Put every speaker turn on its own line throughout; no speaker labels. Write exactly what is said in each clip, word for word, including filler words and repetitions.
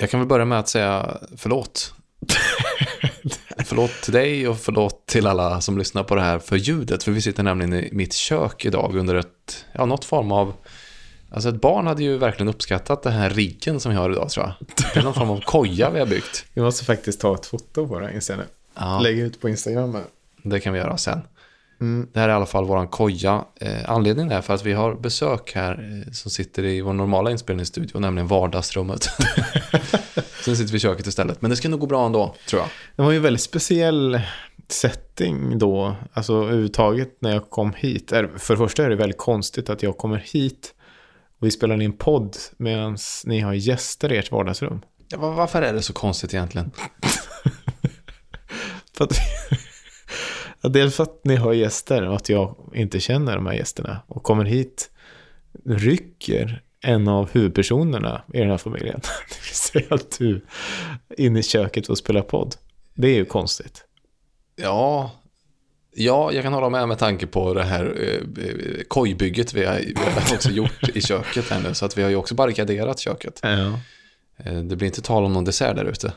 Jag kan väl börja med att säga förlåt. Förlåt till dig och förlåt till alla som lyssnar på det här för ljudet. För vi sitter nämligen i mitt kök idag under ett, ja, något form av... Alltså ett barn hade ju verkligen uppskattat den här riggen som vi har idag, tror jag. Det är någon form av koja vi har byggt.
Vi måste faktiskt ta ett foto på det här nu. Ja. Lägga ut på Instagram.
Det kan vi göra sen.
Mm.
Det här är i alla fall våran koja. Eh, anledningen är för att vi har besök här eh, som sitter i vår normala inspelningsstudio, nämligen vardagsrummet. Sen sitter vi i köket istället. Men det ska nog gå bra ändå, tror jag.
Det var ju en väldigt speciell setting då. Alltså överhuvudtaget när jag kom hit. För det första är det väldigt konstigt att jag kommer hit och vi spelar in en podd medan ni har gäster i ert vardagsrum.
Ja, varför är det så konstigt egentligen?
För att ja, dels för att ni har gäster och att jag inte känner de här gästerna och kommer hit, rycker en av huvudpersonerna i den här familjen. Det vill säga att du in i köket och spelar podd. Det är ju konstigt.
Ja, ja, jag kan hålla med med tanke på det här eh, kojbygget vi har, vi har också gjort i köket här nu. Så att vi har ju också barrikaderat köket.
Ja.
Eh, det blir inte tal om någon dessert där ute.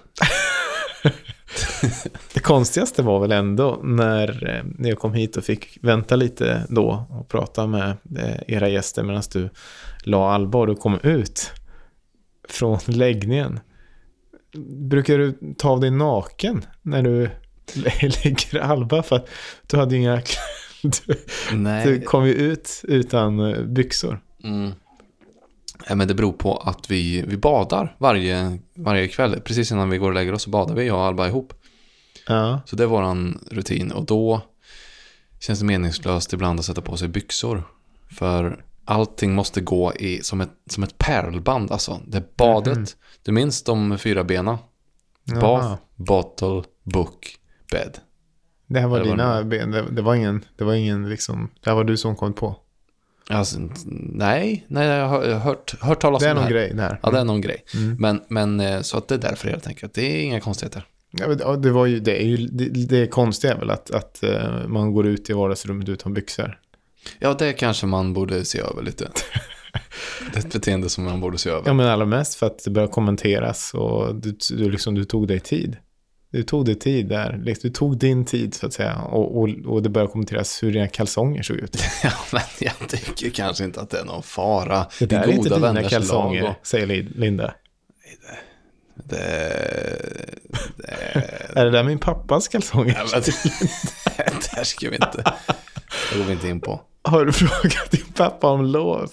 Det konstigaste var väl ändå när, när jag kom hit och fick vänta lite då och prata med era gäster medan du la allvar och kom ut från läggningen. Brukar du ta av dig naken när du lägger Alba? För att du hade inga... Du,
Nej.
Du kom ju ut utan byxor.
Mm. Ja, men det beror på att vi, vi badar varje, varje kväll. Precis innan vi går och lägger oss så badar vi, jag och Alba ihop.
Ja.
Så det är våran rutin. Och då känns det meningslöst ibland att sätta på sig byxor. För allting måste gå i som ett, som ett pärlband. Alltså, det är badet. Mm. Du minns de fyra bena? Bath, bottle, book, bed.
Det här var
det
dina
var
ben. Det, det var ingen, det var ingen liksom, det här var du som kom på.
Alltså, nej, nej, jag har hört, hört talas om det.
Det är någon
här.
grej där.
Ja, det är någon grej.
Mm.
Men, men så att det är därför helt enkelt. Det är inga konstigheter.
Ja, det var ju, det är ju det, det är konstigt är väl att, att uh, man går ut i vardagsrummet utan byxor.
Ja, det kanske man borde se över lite. Det är ett beteende som man borde se över.
Ja, men allra mest för att det börjar kommenteras och du, du, liksom, du tog dig tid. Du tog dig tid där. Du tog din tid så att säga och, och, och det börjar kommenteras hur dina kalsonger såg ut.
Ja, men jag tycker kanske inte att det är någon fara.
Det där är inte dina kalsonger,
lag och... säger
Linda.
Det, det, det...
Är det där min pappas kalsonger?
Ja, men det där ska vi inte. Det går vi inte in på.
Har du frågat din pappa om lov?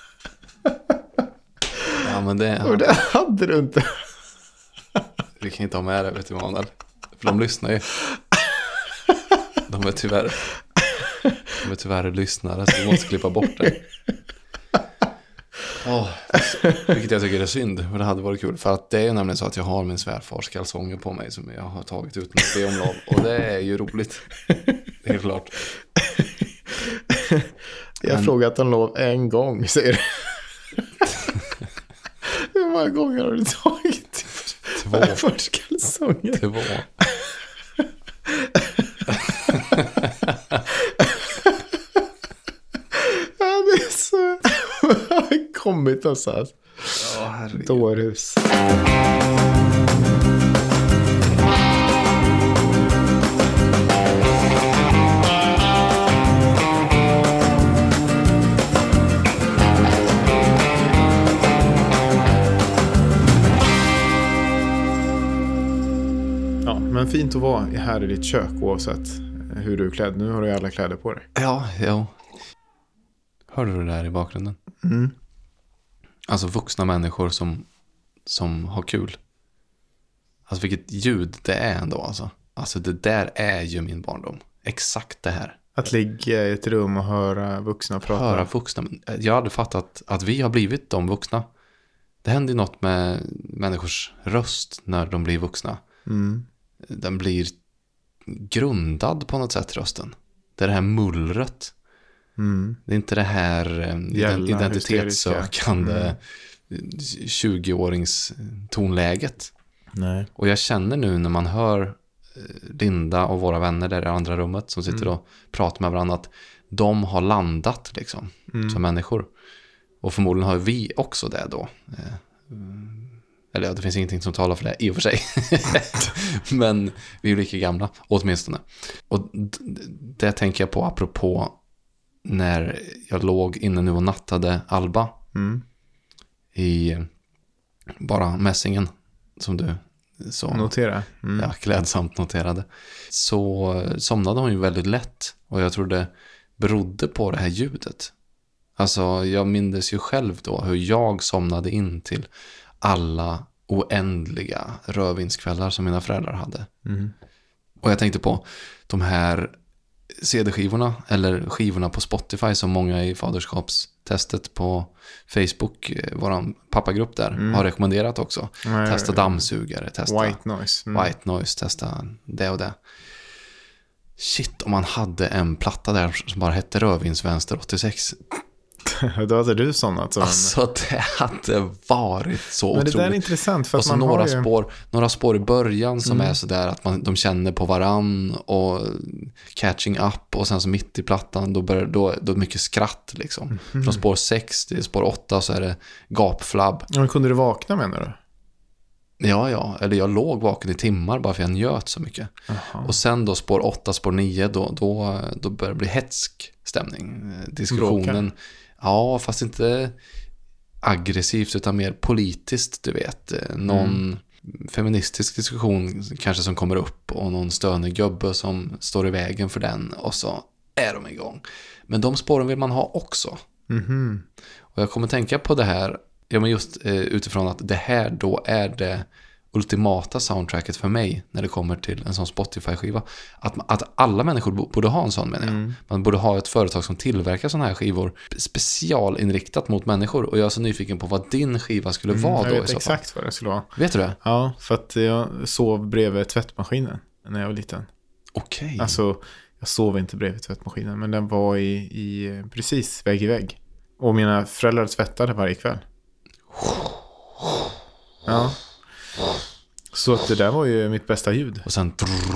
Ja, men det...
Och det hade du inte.
Vi kan inte ha med det, vet du, Manuel. För de lyssnar ju. De är tyvärr De är tyvärr lyssnare, så vi måste klippa bort det. Oh, vilket jag tycker är synd. Men det hade varit kul. För att det är nämligen så att jag har min svärfars kalsonger på mig som jag har tagit ut med det omlov. Och det är ju roligt. Helt klart.
Jag har
men...
frågat om lov en gång, säger du. Hur många gånger har du tagit?
Två.
Först kalsonger.
Två.
Ja, det är så... har kommit någonstans.
Ja, herregud.
Dårhus. Ja, men fint att vara här i ditt kök oavsett hur du är klädd. Nu har du alla kläder på dig.
Ja, ja. Hörde du det där i bakgrunden?
Mm.
Alltså vuxna människor som, som har kul. Alltså vilket ljud det är ändå. Alltså. alltså det där är ju min barndom. Exakt det här.
Att ligga i ett rum och höra vuxna prata.
Höra vuxna. Jag hade fattat att vi har blivit de vuxna. Det händer ju något med människors röst när de blir vuxna.
Mm.
Den blir grundad på något sätt, rösten. Det är det här mullret.
Mm.
Det är inte det här Jävla, identitetssökande mm. tjugo-årings tonläget.
Nej.
Och jag känner nu när man hör Linda och våra vänner där i andra rummet som sitter mm. och pratar med varandra att de har landat liksom mm. som människor. Och förmodligen har vi också det då. Eller ja, det finns ingenting som talar för det i och för sig. Men vi är lika gamla, åtminstone. Och d- det tänker jag på apropå när jag låg inne nu och nattade Alba.
Mm.
I bara mässingen som du så
Notera. Mm.
ja, klädsamt noterade. Så somnade hon ju väldigt lätt. Och jag tror det berodde på det här ljudet. Alltså jag minns ju själv då hur jag somnade in till alla oändliga rödvinskvällar som mina föräldrar hade.
Mm.
Och jag tänkte på de här C D-skivorna eller skivorna på Spotify som många i faderskapstestet på Facebook, våran pappagrupp där, mm. har rekommenderat också.
Nej,
testa dammsugare, testa
White Noise. Mm.
White Noise, testa det och det. Shit, om man hade en platta där som bara hette Rödvinsvänster åttiosex.
Då hade du somnat.
Alltså det hade varit så
Men
otroligt.
det där är intressant för
och
att
så
man
några,
har ju...
spår, några spår i början som
Mm.
är sådär att man, de känner på varann och catching up och sen så mitt i plattan då börjar då, då är det mycket skratt liksom.
Mm.
Från spår sex till spår åtta så är det gapflabb.
Men kunde du vakna menar du?
Ja, ja. Eller jag låg vaken i timmar bara för jag njöt så mycket.
Aha.
Och sen då spår åtta, spår nio då, då, då börjar det bli hetsk stämning. Diskussionen.
Bråka.
Ja, fast inte aggressivt utan mer politiskt, du vet. Någon mm. feministisk diskussion kanske som kommer upp och någon stönig gubbe som står i vägen för den och så är de igång. Men de spåren vill man ha också.
Mm-hmm.
Och jag kommer tänka på det här, ja men just eh, utifrån att det här då är det ultimata soundtracket för mig när det kommer till en sån Spotify-skiva. Att, att alla människor borde ha en sån, menar jag.
Mm.
Man borde ha ett företag som tillverkar såna här skivor specialinriktat mot människor. Och jag är så nyfiken på vad din skiva skulle
Mm,
vara
jag
då
vet
i så fall.
exakt vad det skulle vara.
Vet du det?
Ja, för att jag sov bredvid tvättmaskinen när jag var liten.
Okej. Okay.
Alltså, jag sov inte bredvid tvättmaskinen, men den var i, i precis vägg i vägg. Och mina föräldrar tvättade varje kväll. Ja. Så att det där var ju mitt bästa ljud.
Och sen...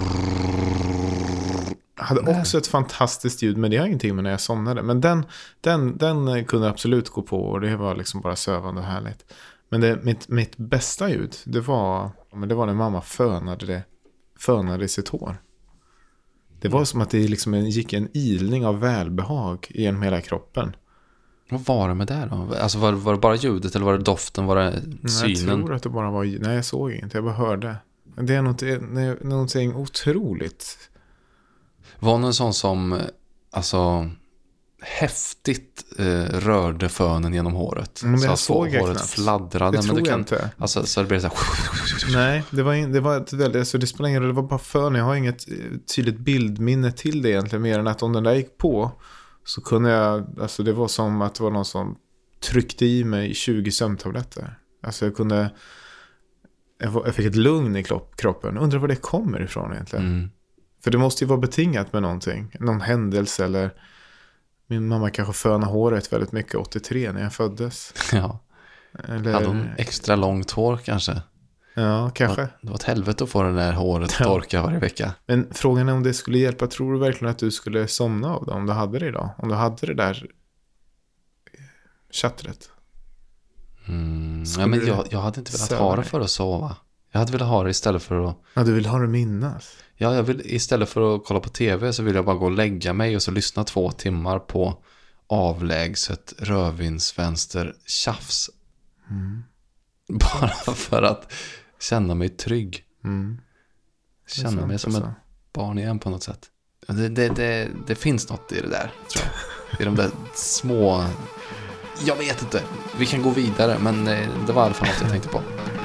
Jag hade också ett fantastiskt ljud, men det har ingenting med när jag somnade. Men den, den, den kunde absolut gå på och det var liksom bara sövande och härligt. Men det, mitt, mitt bästa ljud, det var, men det var när mamma fönade, det, fönade sitt hår. Det var som att det liksom en, gick en ilning av välbehag genom hela kroppen.
Vad var det med det då? Alltså var, var det bara ljudet eller var det doften? Var det synen?
Nej, jag tror att det bara var... Nej, jag såg inte. Jag bara hörde. Det är något, någonting otroligt.
Var det en sån som alltså häftigt eh, rörde fönen genom håret?
Men
så
jag
att
såg jag
håret
knappt.
fladdrade.
Det tror
men du
jag
kan,
inte.
Alltså, så det blev så här...
Nej, det var, in, det var ett väldigt... Alltså det spelar ingen roll, det var bara fön. Jag har inget tydligt bildminne till det egentligen. Mer än att om den där gick på så kunde jag... Alltså det var som att det var någon som tryckte i mig tjugo sömntabletter. Alltså jag kunde... Jag fick ett lugn i kroppen. Undrar var det kommer ifrån egentligen.
Mm.
För det måste ju vara betingat med någonting. Någon händelse eller... Min mamma kanske fönade håret väldigt mycket åttiotre när jag föddes.
Ja.
Eller...
Hade hon extra långt hår kanske?
Ja, kanske.
Det var ett helvete att få det där håret
Ja.
torka varje vecka.
Men frågan är om det skulle hjälpa. Tror du verkligen att du skulle somna av det om du hade det idag? Om du hade det där chattret?
Mm. Ja, men jag, jag hade inte velat ha det för att sova. Jag hade velat ha det istället för att...
Ja, du vill ha det minnas.
Ja, jag vill, istället för att kolla på tv så vill jag bara gå och lägga mig och så lyssna två timmar på avlägset rödvinsvänster tjafs.
Mm.
Bara för att känna mig trygg.
Mm.
Känna mig som
alltså.
ett barn igen på något sätt. Det, det, det, det finns något i det där, tror jag. I de där små... Jag vet inte. Vi kan gå vidare, men det var i alla fall något jag tänkte på.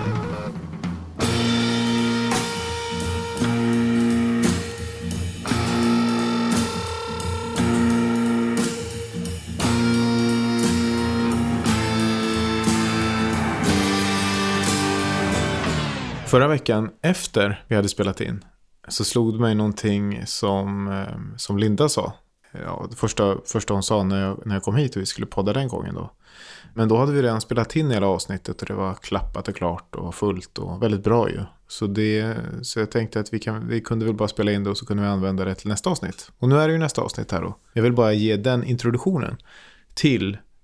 Förra veckan efter vi hade spelat in så slog det mig någonting som, som Linda sa. Ja, det första, första hon sa när jag, när jag kom hit och vi skulle podda den gången då. Men då hade vi redan spelat in hela avsnittet och det var klappat och klart och fullt och väldigt bra ju. Så, det, så jag tänkte att vi, kan, vi kunde väl bara spela in det och så kunde vi använda det till nästa avsnitt. Och nu är det ju nästa avsnitt här då. Jag vill bara ge den introduktionen till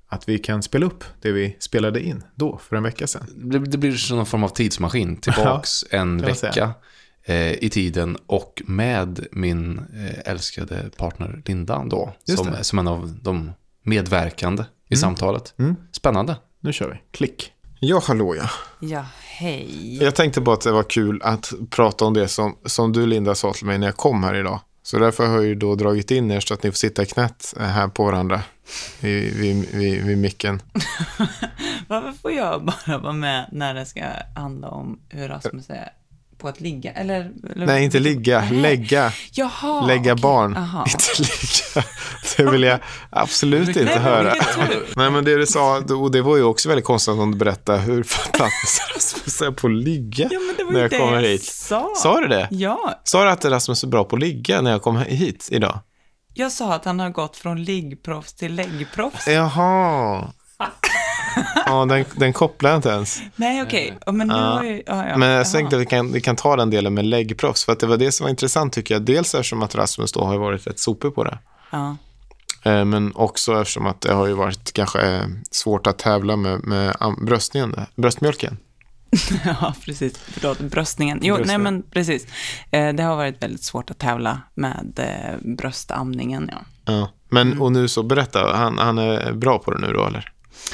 att vi kan spela upp det vi spelade in då för en vecka sedan.
Det, det blir som någon form av tidsmaskin tillbaks ja, en vecka eh, i tiden och med min eh, älskade partner Linda då som, som en av de medverkande i mm. samtalet. Mm. Spännande.
Nu kör vi. Klick. Ja, hallå ja.
Ja, hej.
Jag tänkte på att det var kul att prata om det som, som du Linda sa till mig när jag kom här idag. Så därför har jag ju då dragit in er så att ni får sitta i knät här på varandra vid, vid, vid, vid micken.
Varför får jag bara vara med när det ska handla om hur Rasmus är på att ligga? Eller, eller...
Nej, inte ligga. Nej. Lägga.
Jaha,
lägga
okay.
barn.
Aha.
Inte ligga. Det vill jag absolut inte Nej, höra. Nej, men det du sa, och det var ju också väldigt konstigt att du berättade hur fantastiskt Rasmus är på att ligga
ja, men det var
när jag
det
kommer
jag
hit.
Sa.
Sa du det?
Ja.
Sa du att Rasmus är bra på att ligga när jag kom hit idag?
Jag sa att han har gått från liggproffs till läggproffs.
Jaha. Ja, den, den kopplar jag inte ens.
Nej, okej. Okay. Men, nu
ja.
ju, ja, ja.
Men jag tänkte att vi kan, vi kan ta den delen med läggproffs. För att det var det som var intressant tycker jag. Dels eftersom att Rasmus då har varit rätt sopig på det.
Ja.
Men också eftersom att det har ju varit kanske svårt att tävla med, med bröstningen, bröstmjölken.
Ja, precis. Förlåt, bröstningen. Jo, bröstningen. Nej men precis. Det har varit väldigt svårt att tävla med bröstamningen, ja.
Ja, men mm. och nu så berätta, han, han är bra på det nu då, eller?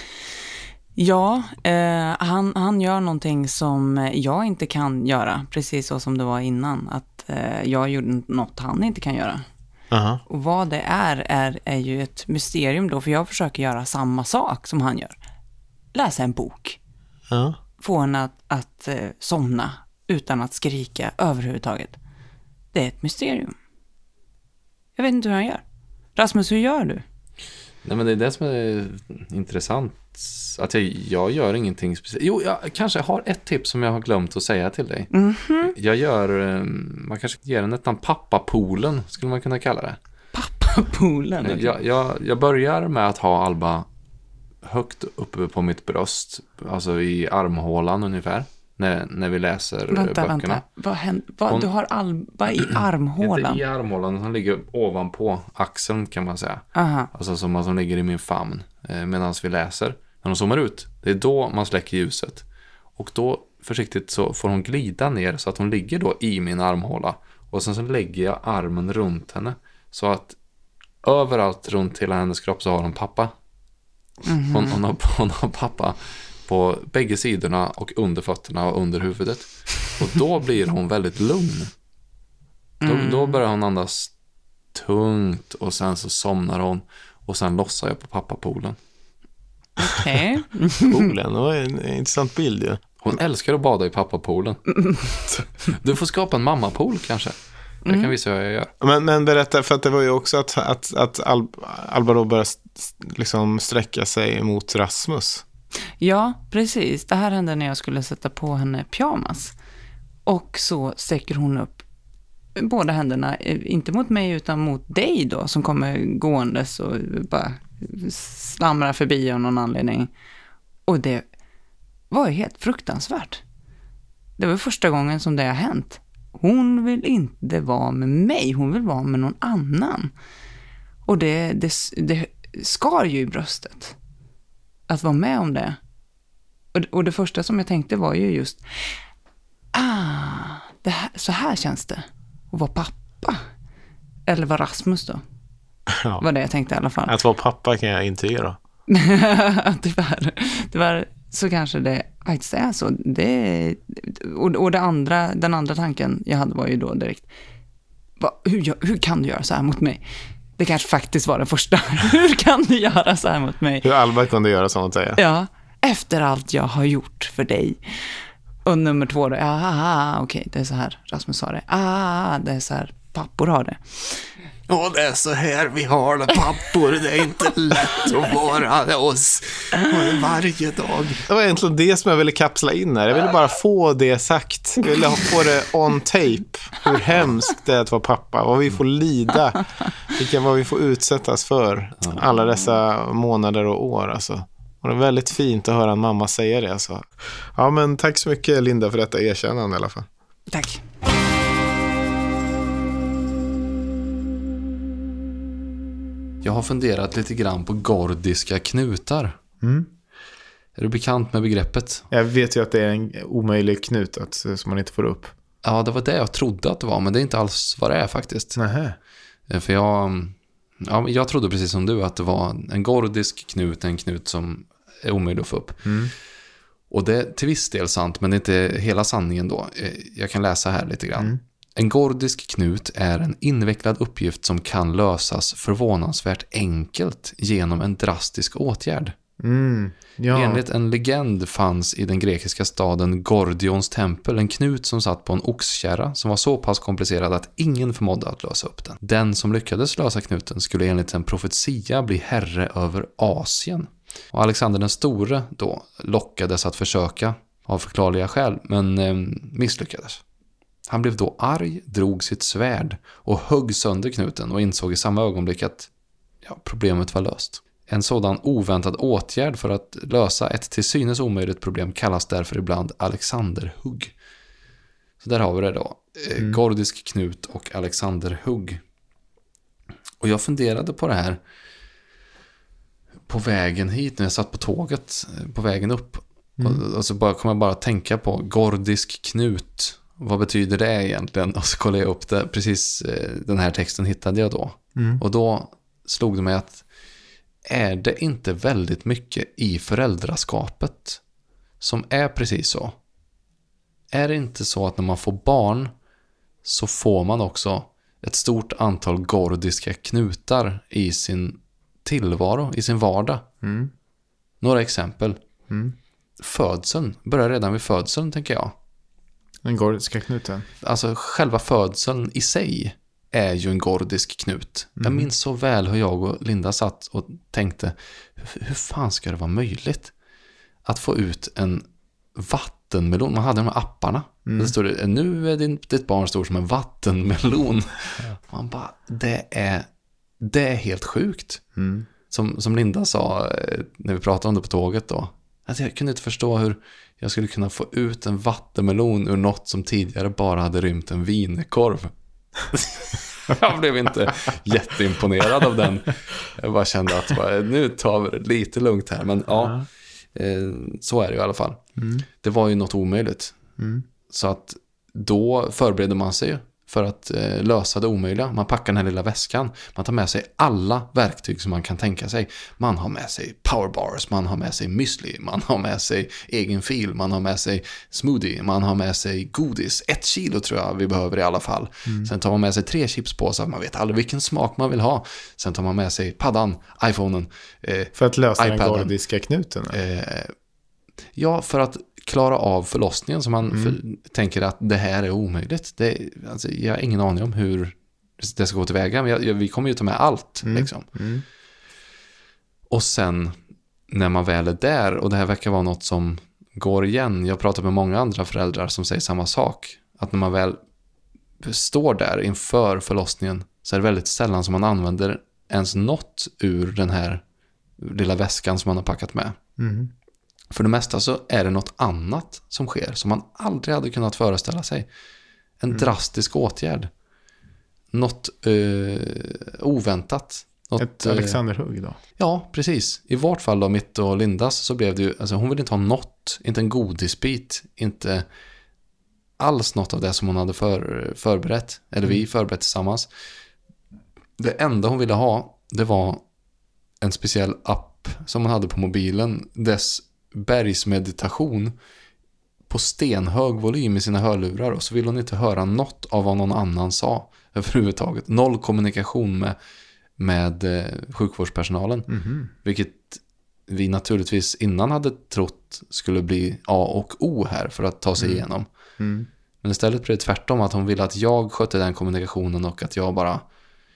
Ja, eh, han, han gör någonting som jag inte kan göra, precis så som det var innan. Att eh, jag gjorde något han inte kan göra. Uh-huh. Och vad det är, är är ju ett mysterium då, för jag försöker göra samma sak som han gör. Läsa en bok. Uh-huh. Få henne att, att eh, somna utan att skrika överhuvudtaget. Det är ett mysterium. Jag vet inte hur han gör. Rasmus, hur gör du?
Nej, men det är det som är intressant. Att jag, jag gör ingenting speciellt. Jo, jag kanske har ett tips som jag har glömt att säga till dig. Mm-hmm. Jag gör, man kanske ger den ett namn, pappapoolen skulle man kunna kalla det.
Pappapoolen? Okay.
Jag, jag, jag börjar med att ha Alba högt uppe på mitt bröst. Alltså i armhålan ungefär. När, när vi läser
vänta,
böckerna.
Vänta, vad händer? Vad, hon, du har Alba i armhålan?
Inte i armhålan, hon ligger ovanpå axeln kan man säga.
Aha.
Alltså som att hon ligger i min famn eh, medan vi läser. När hon zoomar ut, det är då man släcker ljuset. Och då försiktigt så får hon glida ner så att hon ligger då i min armhåla. Och sen så lägger jag armen runt henne. Så att överallt runt hela hennes kropp så har hon pappa. Mm-hmm. Hon, hon, har, hon har pappa på bägge sidorna och under fötterna och under huvudet. Och då blir hon väldigt lugn. Mm. Då, då börjar hon andas tungt och sen så somnar hon. Och sen lossar jag på pappapoolen.
Okej.
Okay. Poolen, det var en intressant bild ju.
Hon älskar att bada i pappapoolen. Du får skapa en mammapool kanske. Det kan visa hur jag gör.
Men, men berätta, för att det var ju också att, att, att Al, Alba då började liksom sträcka sig mot Rasmus.
Ja, precis. Det här hände när jag skulle sätta på henne pyjamas. Och så sträcker hon upp båda händerna, inte mot mig utan mot dig då, som kommer gåendes och bara slamrar förbi av någon anledning. Och det var ju helt fruktansvärt. Det var första gången som det har hänt. Hon vill inte vara med mig, hon vill vara med någon annan. Och det, det, det skar ju i bröstet att vara med om det. Och, och det första som jag tänkte var ju just ah, det här, så här känns det att vara pappa. Eller vara Rasmus då. Ja. Var det jag tänkte i alla fall.
Att vara pappa kan jag inte göra.
tyvärr, tyvärr så kanske det faktiskt är så. Det, och och det andra, den andra tanken jag hade var ju då direkt, va, hur, hur kan du göra så här mot mig? Det kanske faktiskt var det första. Hur kan du göra så här mot mig?
Hur Alba kunde göra så att säga.
Ja, efter allt jag har gjort för dig. Och nummer två då, ah, okej, okay, det är så här Rasmus sa det. Ah, det är så här pappor har det.
Ja, det är så här vi har det, pappor. Det är inte lätt att vara oss varje dag.
Det var egentligen det som jag ville kapsla in här. Jag ville bara få det sagt. Jag ville få det on tape. Hur hemskt det är att vara pappa. Vad vi får lida. Vilka, vad vi får utsättas för. Alla dessa månader och år. Alltså. Och det är väldigt fint att höra en mamma säga det. Alltså. Ja, men tack så mycket Linda för detta erkännande i alla fall.
Tack.
Jag har funderat lite grann på gordiska knutar.
Mm.
Är du bekant med begreppet?
Jag vet ju att det är en omöjlig knut att, som man inte får upp.
Ja, det var det jag trodde att det var, men det är inte alls vad det är faktiskt.
Nähä.
För jag, ja, jag trodde precis som du att det var en gordisk knut, en knut som är omöjlig att få upp.
Mm.
Och det är till viss del sant, men det är inte hela sanningen då. Jag kan läsa här lite grann.
Mm.
En gordisk knut är en invecklad uppgift som kan lösas förvånansvärt enkelt genom en drastisk åtgärd.
Mm. Ja.
Enligt en legend fanns i den grekiska staden Gordions tempel en knut som satt på en oxkärra som var så pass komplicerad att ingen förmådde att lösa upp den. Den som lyckades lösa knuten skulle enligt en profetia bli herre över Asien. Och Alexander den store då lockades att försöka av förklarliga skäl, men eh, misslyckades. Han blev då arg, drog sitt svärd och högg sönder knuten och insåg i samma ögonblick att ja, problemet var löst. En sådan oväntad åtgärd för att lösa ett till synes omöjligt problem kallas därför ibland Alexanderhugg. Så där har vi det då. Mm. Gordisk knut och Alexanderhugg. Och jag funderade på det här på vägen hit när jag satt på tåget på vägen upp. Mm. Och, och så bara, kom jag bara att tänka på gordisk knut. Vad betyder det egentligen? Och så kollade jag upp det. Precis den här texten hittade jag då. Mm. Och då slog det mig att är det inte väldigt mycket i föräldraskapet som är precis så? Är det inte så att när man får barn så får man också ett stort antal gordiska knutar i sin tillvaro, i sin vardag? Mm. Några exempel. Mm. Födseln börjar redan vid födseln, tänker jag.
Den gordiska knuten.
Alltså själva födseln i sig är ju en gordisk knut. Mm. Jag minns så väl hur jag och Linda satt och tänkte, hur, hur fan ska det vara möjligt att få ut en vattenmelon? Man hade de här apparna. Mm. Det stod det, nu är din, ditt barn stor som en vattenmelon. Ja. Man bara, det är, det är helt sjukt. Mm. Som, som Linda sa när vi pratade om det på tåget då. Alltså jag kunde inte förstå hur jag skulle kunna få ut en vattenmelon ur något som tidigare bara hade rymt en vinkorv. Jag blev inte jätteimponerad av den. Jag bara kände att bara, nu tar vi det lite lugnt här. Men ja, eh, så är det ju i alla fall. Mm. Det var ju något omöjligt. Mm. Så att då förbereder man sig ju för att eh, lösa det omöjliga. Man packar den här lilla väskan. Man tar med sig alla verktyg som man kan tänka sig. Man har med sig powerbars, man har med sig müsli, man har med sig egen fil, man har med sig smoothie, man har med sig godis. Ett kilo tror jag vi behöver i alla fall. Mm. Sen tar man med sig tre chipspåsar. Man vet aldrig vilken smak man vill ha. Sen tar man med sig paddan, iPhonen, eh,
för att lösa
iPaden.
Den gordiska knuten?
Eh, ja, för att klara av förlossningen, så man mm. för, tänker att det här är omöjligt. Det, alltså, jag har ingen aning om hur det ska gå tillväga, men jag, jag, vi kommer ju ta med allt. Mm. Liksom. Mm. Och sen när man väl är där, och det här verkar vara något som går igen, jag pratar med många andra föräldrar som säger samma sak, att när man väl står där inför förlossningen så är det väldigt sällan som man använder ens något ur den här lilla väskan som man har packat med. Mm. För det mesta så är det något annat som sker som man aldrig hade kunnat föreställa sig. En mm. drastisk åtgärd. Något eh, oväntat. Något,
Ett Alexanderhugg då?
Eh, ja, precis. I vårt fall då, mitt och Lindas, så blev det ju, alltså hon ville inte ha något, inte en godisbit, inte alls något av det som hon hade för, förberett, eller mm. vi förberett tillsammans. Det enda hon ville ha, det var en speciell app som hon hade på mobilen, dess bergsmeditation på stenhög volym i sina hörlurar, och så vill hon inte höra något av vad någon annan sa överhuvudtaget. Noll kommunikation med, med eh, sjukvårdspersonalen. Mm-hmm. Vilket vi naturligtvis innan hade trott skulle bli A och O här för att ta sig mm. igenom. Mm. Men istället blev det tvärtom, att hon ville att jag skötte den kommunikationen och att jag bara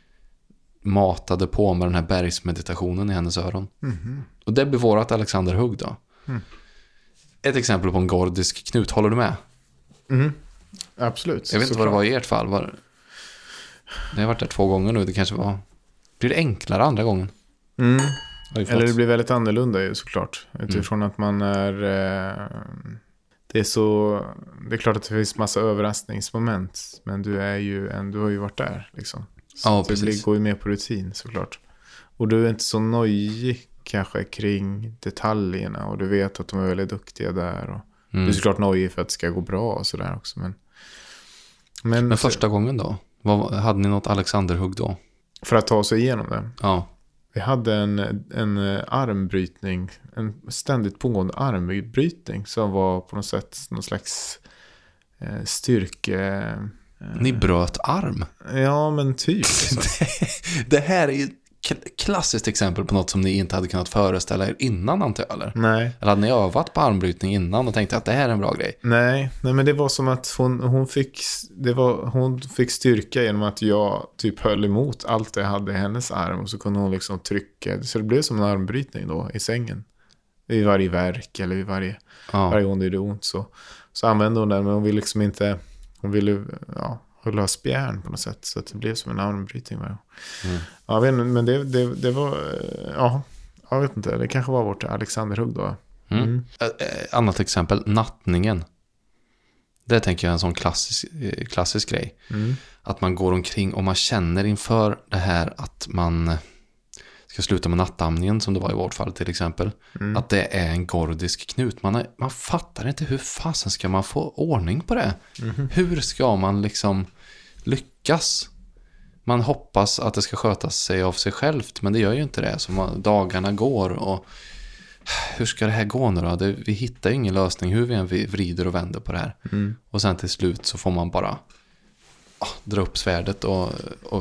matade på med den här bergsmeditationen i hennes öron. Mm-hmm. Och det blev vårat Alexanderhugg då. Mm. Ett exempel på en gordisk knut, håller du med?
Mm. Absolut.
Jag vet inte vad det var i ert fall. Var... Det har varit där två gånger nu. Det kanske var... Blir det enklare andra gången?
Mm. Eller det blir väldigt annorlunda ju, såklart. Utifrån mm. att man är... Eh... Det är så... Det är klart att det finns massa överraskningsmoment. Men du är ju en... Du har ju varit där liksom. Så ja, det blir, går ju mer på rutin, såklart. och du är inte så nöjig kanske kring detaljerna och du vet att de är väldigt duktiga där och mm. du är såklart nöjig för att det ska gå bra och sådär också. Men, men,
men första så, gången då? Vad, hade ni något Alexanderhugg då?
För att ta sig igenom det?
Ja.
Vi hade en, en armbrytning, en ständigt pågående armbrytning som var på något sätt någon slags eh, styrke... Eh,
Ni bröt arm?
Ja, men typ.
det, det här är ju ett klassiskt exempel på något som ni inte hade kunnat föreställa er innan, antar jag, eller?
Nej.
Eller hade ni övat på armbrytning innan och tänkte att det här är en bra grej?
Nej, nej men det var som att hon, hon, fick, det var, hon fick styrka genom att jag typ höll emot allt jag hade i hennes arm och så kunde hon liksom trycka. Så det blev som en armbrytning då i sängen. Vid varje verk eller vid varje, ja. varje gång det gjorde ont så, så använde hon den, men hon ville liksom inte, hon ville, ja, hålla spjärn på något sätt så att det blev som en armbrytning. Mm. Ja, men det, det, det var, ja, jag vet inte, det kanske var vårt Alexanderhugg då.
Mm. Mm. Annat exempel, nattningen. Det tänker jag är en sån klassisk, klassisk grej. Mm. Att man går omkring och man känner inför det här att man ska sluta med nattamningen, som det var i vårt fall till exempel. Mm. Att det är en gordisk knut. Man, är, man fattar inte hur fasen ska man få ordning på det. Mm. Hur ska man liksom lyckas? Man hoppas att det ska sköta sig av sig självt, men det gör ju inte det. Så man, dagarna går och hur ska det här gå nu då? Det, vi hittar ju ingen lösning hur vi än vrider och vänder på det här. Mm. Och sen till slut så får man bara ah, dra upp svärdet och, och,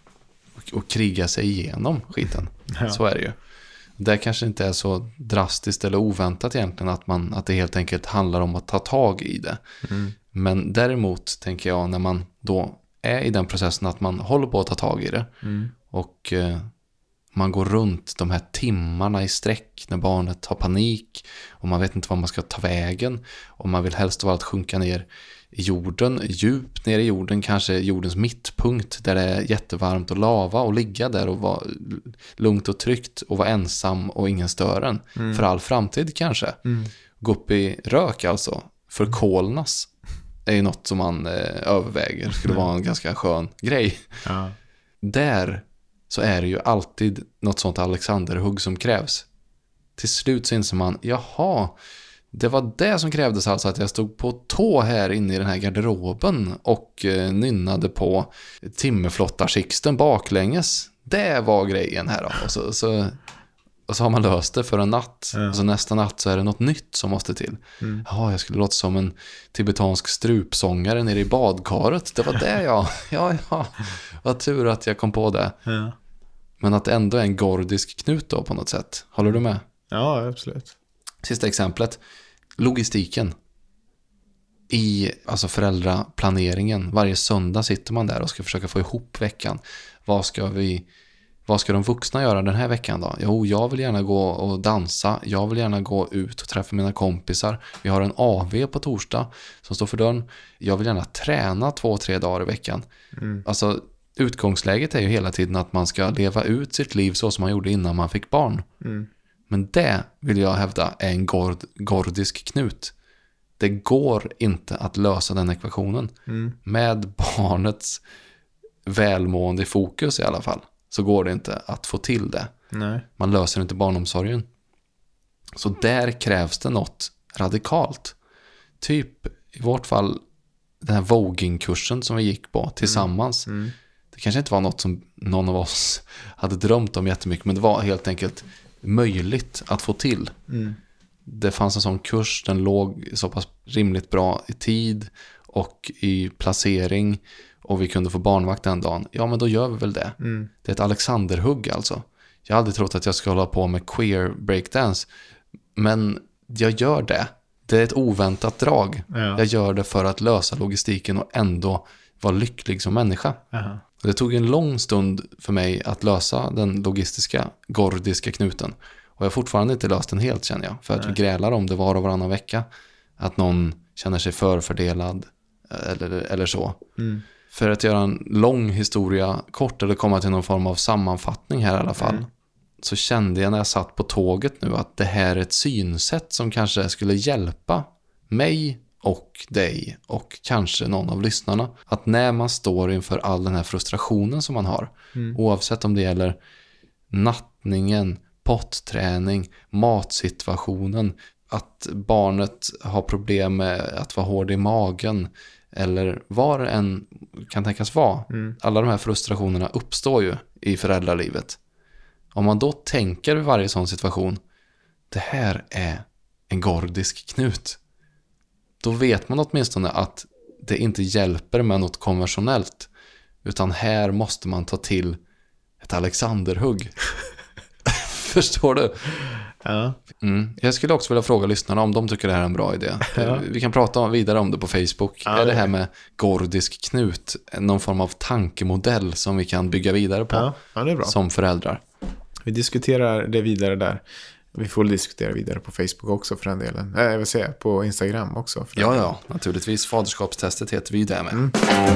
och kriga sig igenom skiten. Ja. Så är det ju. Det kanske inte är så drastiskt eller oväntat egentligen att, man, att det helt enkelt handlar om att ta tag i det. Mm. Men däremot tänker jag när man då är i den processen att man håller på att ta tag i det mm. och eh, man går runt de här timmarna i sträck när barnet har panik och man vet inte vad man ska ta vägen och man vill helst vara att sjunka ner i jorden, djupt ner i jorden, kanske jordens mittpunkt där det är jättevarmt och lava och ligga där och vara lugnt och tryggt och vara ensam och ingen stör en mm. för all framtid kanske. Mm. Gå upp i rök alltså, förkolnas är ju något som man eh, överväger. Skulle vara en ganska skön grej. Ja. Där så är det ju alltid något sånt Alexanderhugg som krävs. Till slut så inser man, jaha, det var det som krävdes alltså att jag stod på tå här inne i den här garderoben och eh, nynnade på timmerflottarsikten baklänges. Det var grejen här då. Och så, så, och så har man löst det för en natt. Ja. Och så nästa natt så är det något nytt som måste till. Mm. Ja, jag skulle låta som en tibetansk strupsångare nere i badkaret. Det var det jag. Ja, ja. Vad tur att jag kom på det. Ja. Men att det ändå är en gordisk knut då på något sätt. Håller du med?
Ja, absolut.
Sista exemplet. Logistiken. I alltså föräldraplaneringen. Varje söndag sitter man där och ska försöka få ihop veckan. Vad ska vi... Vad ska de vuxna göra den här veckan då? Jo, jag vill gärna gå och dansa. Jag vill gärna gå ut och träffa mina kompisar. Vi har en A V på torsdag som står för dörren. Jag vill gärna träna två, tre dagar i veckan. Mm. Alltså, utgångsläget är ju hela tiden att man ska leva ut sitt liv så som man gjorde innan man fick barn. Mm. Men det vill jag hävda är en gord, gordisk knut. Det går inte att lösa den ekvationen. Mm. Med barnets välmående i fokus i alla fall. Så går det inte att få till det. Nej. Man löser inte barnomsorgen. Så där krävs det något radikalt. Typ i vårt fall den här voging-kursen som vi gick på tillsammans. Mm. Mm. Det kanske inte var något som någon av oss hade drömt om jättemycket, men det var helt enkelt möjligt att få till. Mm. Det fanns en sån kurs, den låg så pass rimligt bra i tid och i placering. Och vi kunde få barnvakt den dagen. Ja, men då gör vi väl det. Mm. Det är ett Alexanderhugg alltså. Jag hade trott att jag skulle hålla på med queer breakdance. Men jag gör det. Det är ett oväntat drag. Ja. Jag gör det för att lösa logistiken och ändå vara lycklig som människa. Uh-huh. Det tog en lång stund för mig att lösa den logistiska, gordiska knuten. Och jag har fortfarande inte löst den helt, känner jag. För att Nej. vi grälar om det var och varannan vecka. Att någon känner sig förfördelad eller, eller så. Mm. För att göra en lång historia kort eller komma till någon form av sammanfattning här i alla fall. Mm. Så kände jag när jag satt på tåget nu att det här är ett synsätt som kanske skulle hjälpa mig och dig och kanske någon av lyssnarna. Att när man står inför all den här frustrationen som man har, mm. oavsett om det gäller nattningen, potträning, matsituationen, att barnet har problem med att vara hård i magen eller vad det än kan tänkas vara. Mm. Alla de här frustrationerna uppstår ju i föräldralivet. Om man då tänker i varje sån situation, det här är en gordisk knut, då vet man åtminstone att det inte hjälper med något konventionellt, utan här måste man ta till ett Alexanderhugg. Förstår du?
Ja.
Mm. Jag skulle också vilja fråga lyssnarna om de tycker det här är en bra idé. Ja. Vi kan prata vidare om det på Facebook. Ja, är det här med gordisk knut någon form av tankemodell som vi kan bygga vidare på
ja. Ja, det är bra.
Som föräldrar?
Vi diskuterar det vidare där. Vi får diskutera vidare på Facebook också för den delen. Äh, jag vill säga på Instagram också. För
ja, ja, naturligtvis. Faderskapstestet heter vi där med. Mm.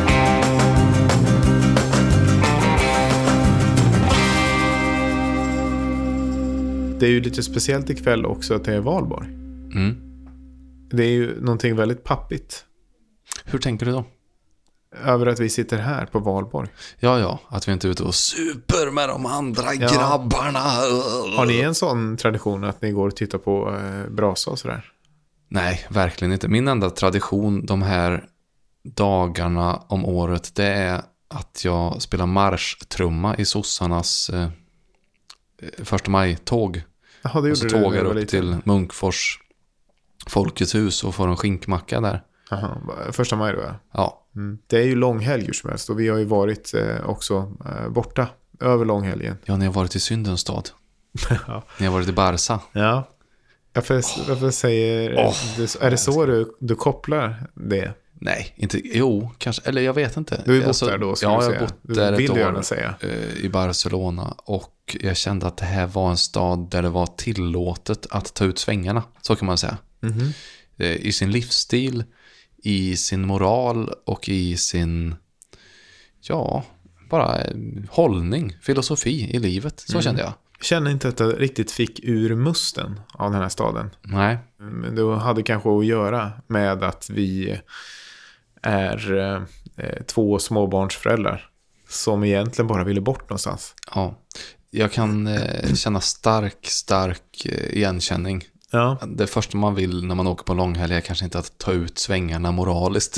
Det är ju lite speciellt ikväll också att det är valborg.
Mm.
Det är ju någonting väldigt pappigt.
Hur tänker du då?
Över att vi sitter här på valborg.
Ja, ja. Att vi inte är ute och super med de andra ja. grabbarna.
Har ni en sån tradition att ni går och tittar på eh, brasa och sådär?
Nej, verkligen inte. Min enda tradition de här dagarna om året, det är att jag spelar marschtrumma i sossarnas eh, första maj-tåg.
Jaha, det gjorde
och så
du
tågar upp till Munkfors Folkets hus och får en skinkmacka där.
Aha, första maj då, ja.
Ja.
Mm. Det är ju långhelg som helst och vi har ju varit eh, också eh, borta över långhelgen.
Ja, ni har varit i syndens stad.
Ja.
Ni har varit i Barsa.
Ja. Varför, oh. varför säger... Oh. Det, är det så du, du kopplar det?
Nej, inte... Jo, kanske... Eller jag vet inte.
Du har bott
alltså,
där då,
ja,
jag
har bott där
du
ett
vill
år
säga.
i Barcelona. Och jag kände att det här var en stad där det var tillåtet att ta ut svängarna. Så kan man säga.
Mm-hmm.
I sin livsstil, i sin moral och i sin, ja, bara hållning, filosofi i livet. Så mm. kände jag.
Jag känner inte att jag riktigt fick ur musten av den här staden.
Nej.
Men det hade kanske att göra med att vi är eh, två småbarnsföräldrar som egentligen bara ville bort någonstans.
Ja, jag kan eh, känna stark, stark eh, igenkänning.
Ja.
Det första man vill när man åker på långhelg är kanske inte att ta ut svängarna moraliskt.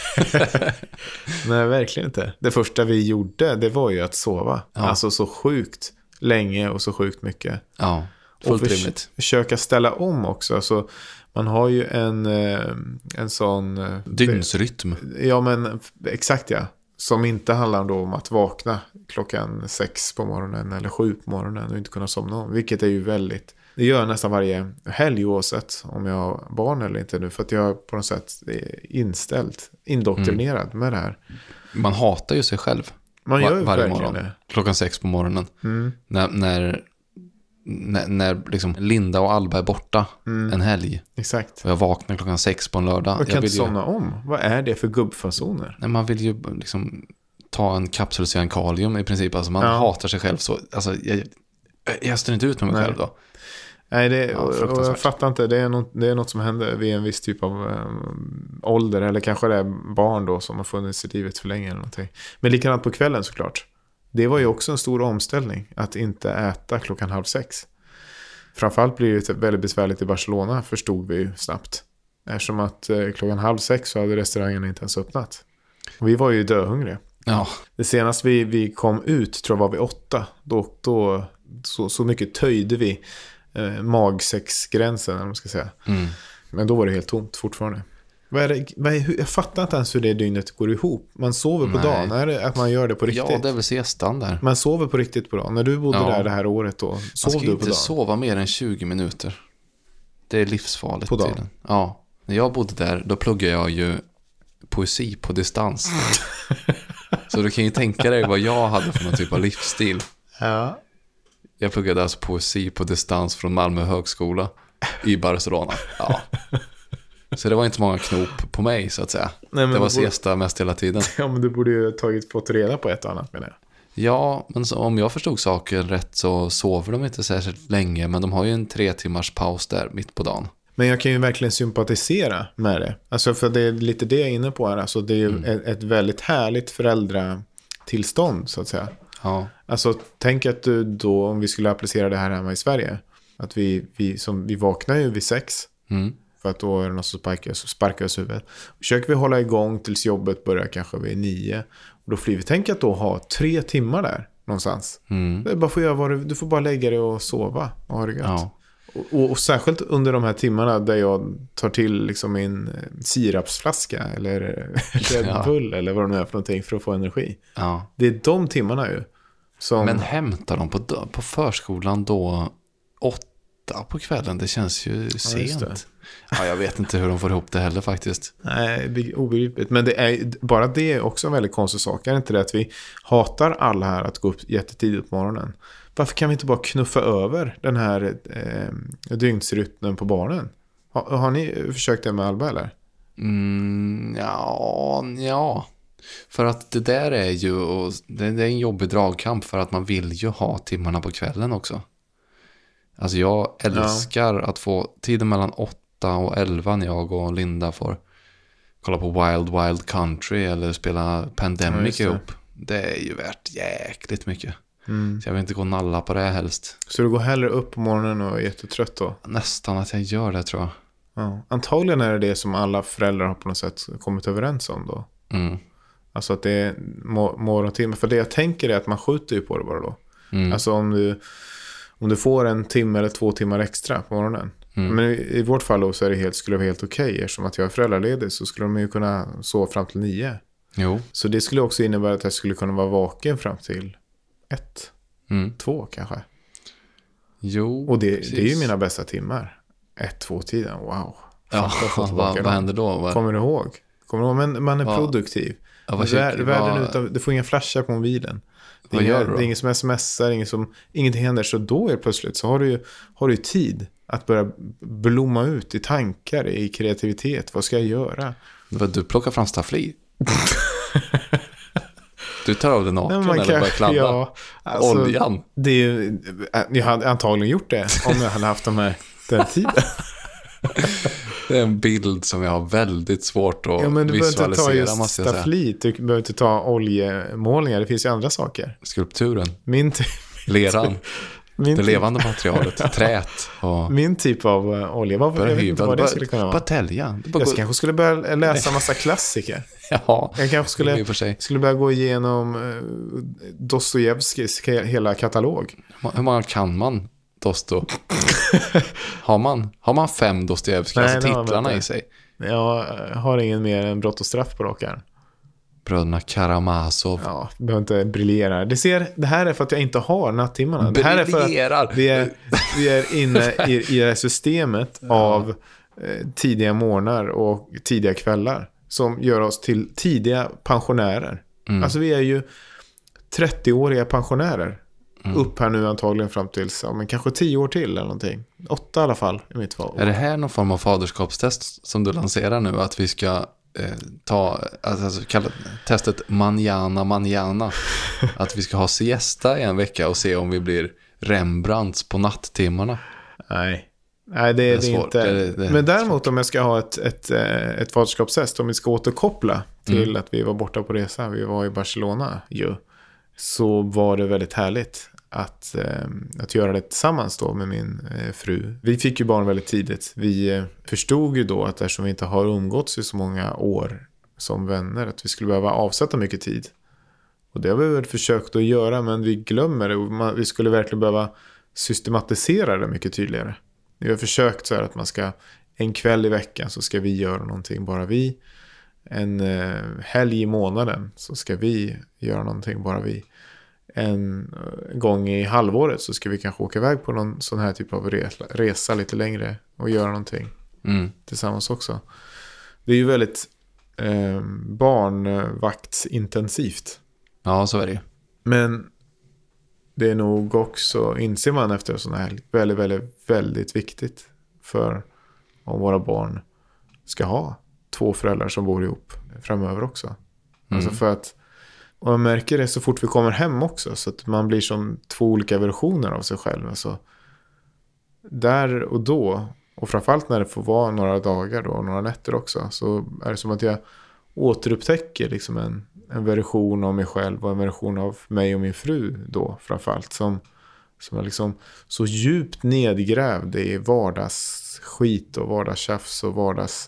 Nej, verkligen inte. Det första vi gjorde, det var ju att sova. Ja. Alltså så sjukt länge och så sjukt mycket.
Ja, fullt
och
rimligt.
Försöka ställa om också. Alltså, man har ju en, en sån...
Dygnsrytm.
Ja, men exakt ja. Som inte handlar då om att vakna klockan sex på morgonen eller sju på morgonen och inte kunna somna om. Vilket är ju väldigt... Det gör jag nästan varje helg oavsett om jag har barn eller inte nu. För att jag på något sätt är inställd, indoktrinerad mm. med det här.
Man hatar ju sig själv.
Man gör ju
varje
morgon.
Det. Klockan sex på morgonen.
Mm.
När, när, när, när liksom Linda och Alba är borta mm. en helg.
Exakt.
Och jag vaknar klockan sex på en lördag.
Jag kan
jag
inte somna ju... om. Vad är det för gubbfasoner?
Nej, man vill ju liksom ta en kapsulcyankalium i princip. Alltså man ja. hatar sig själv så. Alltså jag, jag står inte ut med mig
Nej.
själv då.
Nej, det, ja, och jag fattar inte. Det är, något, det är något som händer vid en viss typ av um, ålder. Eller kanske det är barn då som har funnits i livet för länge eller någonting. Men likadant på kvällen såklart. Det var ju också en stor omställning att inte äta klockan halv sex. Framförallt blir det väldigt besvärligt i Barcelona, förstod vi ju snabbt. Eftersom att eh, klockan halv sex så hade restaurangen inte ens öppnat. Och vi var ju döhungriga.
Ja.
Det senaste vi, vi kom ut tror jag var vid åtta. Då, då så, så mycket töjde vi eh, magsäcksgränsen, eller man ska säga.
Mm.
Men då var det helt tomt fortfarande. Vad är det, vad är, jag fattar inte ens hur det dygnet går ihop. Man sover på
Nej.
dagen. Är det att man gör det på riktigt?
Ja, det är väl siestan där.
Man sover på riktigt på dagen. När du bodde ja. där det här året då, sov du på dagen?
Man ska inte sova mer än tjugo minuter. Det är livsfarligt.
På dagen?
Tiden. Ja. När jag bodde där, då pluggade jag ju poesi på distans. Så du kan ju tänka dig vad jag hade för någon typ av livsstil.
Ja.
Jag pluggade alltså poesi på distans från Malmö högskola i Barcelona. Ja. Så det var inte många knop på mig så att säga. Nej, det var siesta borde... mest hela tiden.
Ja, men du borde ju tagit fått reda på ett och annat med det.
Ja, men så, om jag förstod saken rätt så sover de inte särskilt länge. Men de har ju en tre timmars paus där mitt på dagen.
Men jag kan ju verkligen sympatisera med det. Alltså för det är lite det jag är inne på här. Alltså det är ju mm. ett, ett väldigt härligt föräldratillstånd så att säga.
Ja.
Alltså tänk att du då, om vi skulle applicera det här hemma i Sverige, att vi, vi, som, vi vaknar ju vid sex,
Mm.
för att då är det något som sparkar, så sparkar oss huvudet. Försöker vi hålla igång tills jobbet börjar kanske vid nio, och då får vi tänka att då ha tre timmar där någonstans.
Mm.
Det är bara får göra vad du, du får bara lägga dig och sova och ha det gött.
Ja.
Och, och, och särskilt under de här timmarna där jag tar till liksom min sirapsflaska eller Red Bull eller vad det nu är för någonting för att få energi.
Ja.
Det är de timmarna ju. Som...
Men hämtar de på, på förskolan då åtta på kvällen? Det känns ju sent.
det.
Ja, jag vet inte hur de får ihop det heller faktiskt.
Nej, det är obegripligt. Men det är, bara det är också en väldigt konstig sak. Är det inte det att vi hatar alla här att gå upp jättetidigt på morgonen? Varför kan vi inte bara knuffa över den här eh, dygnsrytmen på barnen? Har, har ni försökt det med Alba eller?
Mm, ja, ja. För att det där är ju, och det, det är en jobbig dragkamp för att man vill ju ha timmarna på kvällen också. Alltså jag älskar ja. att få tiden mellan åtta och elva när jag och Linda får kolla på Wild Wild Country eller spela Pandemic
ja,
ihop. Det är ju värt jäkligt mycket.
Mm.
Så jag vill inte gå och nalla på det helst.
Så du går hellre upp på morgonen och är jättetrött då?
Nästan att jag gör det, tror jag.
Ja. Antagligen är det det som alla föräldrar har på något sätt kommit överens om då.
Mm.
Alltså att det är mor- morgontimme. För det jag tänker är att man skjuter ju på det bara då.
Mm.
Alltså om du, om du får en timme eller två timmar extra på morgonen.
Mm.
Men i, i vårt fall då så är det helt, skulle det vara helt okej. Okay. Eftersom att jag är föräldraledig så skulle de ju kunna sova fram till nio.
Jo.
Så det skulle också innebära att jag skulle kunna vara vaken fram till ett,
Mm.
två kanske.
Jo,
Och det,
precis.
det är ju mina bästa timmar. Ett, två tiden, wow.
Ja, vad, vad händer då? Vad...
Kommer du ihåg? Kommer du ihåg? Men man är
ja.
produktiv.
Ja, vad
Vär,
vad...
världen utan, du får inga flashar på mobilen. Det är,
Vad
inga,
gör du då?
det är ingen som smsar, ingen som, ingenting händer. Så då är plötsligt så har du ju har du ju tid att börja blomma ut i tankar, i kreativitet. Vad ska jag göra?
Du plockar fram staffli. Du tar av den naken
Nej, man
eller
kan,
börjar kladda.
Ja, alltså,
Oljan.
Det är ju, jag hade antagligen gjort det om jag hade haft de här, den tiden.
Det är en bild som jag har väldigt svårt att
Ja, men du behöver inte ta
visualisera,
just
måste jag säga.
stafflit. Du behöver inte ta oljemålningar. Det finns ju andra saker.
Skulpturen,
Min, ty-
leran,
min,
det
typ,
levande materialet, trät och
min typ av uh, olja. Vad, jag vet inte vad det skulle kunna vara.
Bara tälja. Bara
Jag
gå...
kanske skulle börja läsa massa klassiker.
Ja,
Jag kanske
i
skulle,
och för sig.
skulle börja gå igenom uh, Dostojevskijs hela katalog.
Hur många kan man Dosto? har, man, har man fem Dostojevskij,
Nej,
alltså
det har man
titlarna
inte.
i sig?
Jag har ingen mer än Brott och straff på rakan.
Bröderna Karamazov.
Ja, jag behöver inte briljera. Det, ser, det här är för att jag inte har nattimmarna. Det här är för
Briljerar.
att vi är, vi är inne i, i det här systemet ja. av eh, tidiga morgnar och tidiga kvällar som gör oss till tidiga pensionärer. Mm. Alltså vi är ju trettio-åriga pensionärer. Mm. Upp här nu antagligen fram till ja, men kanske tio år till eller någonting. Åtta i alla fall i mitt fall.
Är det här någon form av faderskapstest som du lanserar nu? Att vi ska eh, ta, alltså kalla testet manjana manjana. Att vi ska ha siesta i en vecka och se om vi blir Rembrandts på natttimmarna.
Nej. Nej, det är det, det är inte. Det, det, men däremot om jag ska ha ett, ett, ett faderskapstest, om vi ska återkoppla till mm. att vi var borta på resa, vi var i Barcelona ju, så var det väldigt härligt att, eh, att göra det tillsammans då med min eh, fru. Vi fick ju barn väldigt tidigt. Vi eh, förstod ju då att eftersom vi inte har umgåtts i så många år som vänner, att vi skulle behöva avsätta mycket tid. Och det har vi väl försökt att göra, men vi glömmer det. Och man, vi skulle verkligen behöva systematisera det mycket tydligare. Vi har försökt så här att man ska en kväll i veckan så ska vi göra någonting, bara vi. En eh, helg i månaden så ska vi göra någonting, bara vi. En uh, gång i halvåret så ska vi kanske åka iväg på någon sån här typ av resa, resa lite längre och göra någonting
mm.
tillsammans också. Det är ju väldigt eh, barnvaktsintensivt.
Ja, så är det.
Men det är nog också, inser man efter sån här väldigt, väldigt, väldigt viktigt för om våra barn ska ha två föräldrar som bor ihop framöver också. Mm. Alltså för att, och jag märker det så fort vi kommer hem också, så att man blir som två olika versioner av sig själv. Alltså där och då, och framförallt när det får vara några dagar då, några nätter också, så är det som att jag återupptäcker liksom en, en version av mig själv och en version av mig och min fru då framförallt som, som är liksom så djupt nedgrävd i vardagsskit och vardagstjafs och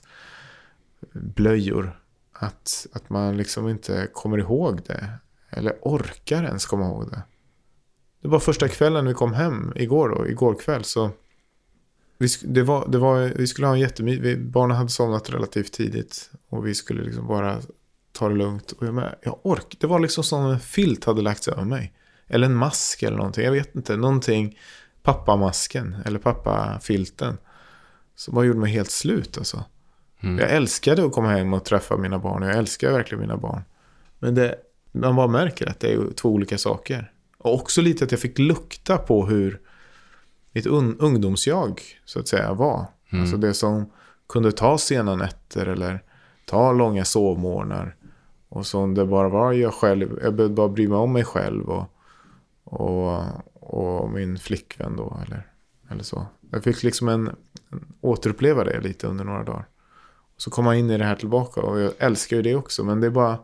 vardagsblöjor att, att man liksom inte kommer ihåg det eller orkar ens komma ihåg det. Det var första kvällen vi kom hem igår då, igår kväll så vi, det var, det var, vi skulle ha en jättemys, barnen hade somnat relativt tidigt och vi skulle liksom bara ta det lugnt och jag, med, jag ork, det var liksom som en filt hade lagts över mig eller en mask eller någonting, jag vet inte, någonting, pappamasken eller pappafilten som bara gjorde mig helt slut alltså. Mm. Jag älskade att komma hem och träffa mina barn och jag älskar verkligen mina barn, men det, man bara märker att det är två olika saker. Och också lite att jag fick lukta på hur mitt un- ungdomsjag så att säga var. Mm. Alltså det som kunde ta sena nätter eller ta långa sovmorgnar. Och som det bara var jag själv. Jag behövde bara bry mig om mig själv och, och, och min flickvän då. Eller, eller så. Jag fick liksom en, en återuppleva det lite under några dagar. Och så kom jag in i det här tillbaka och jag älskar ju det också. Men det är bara...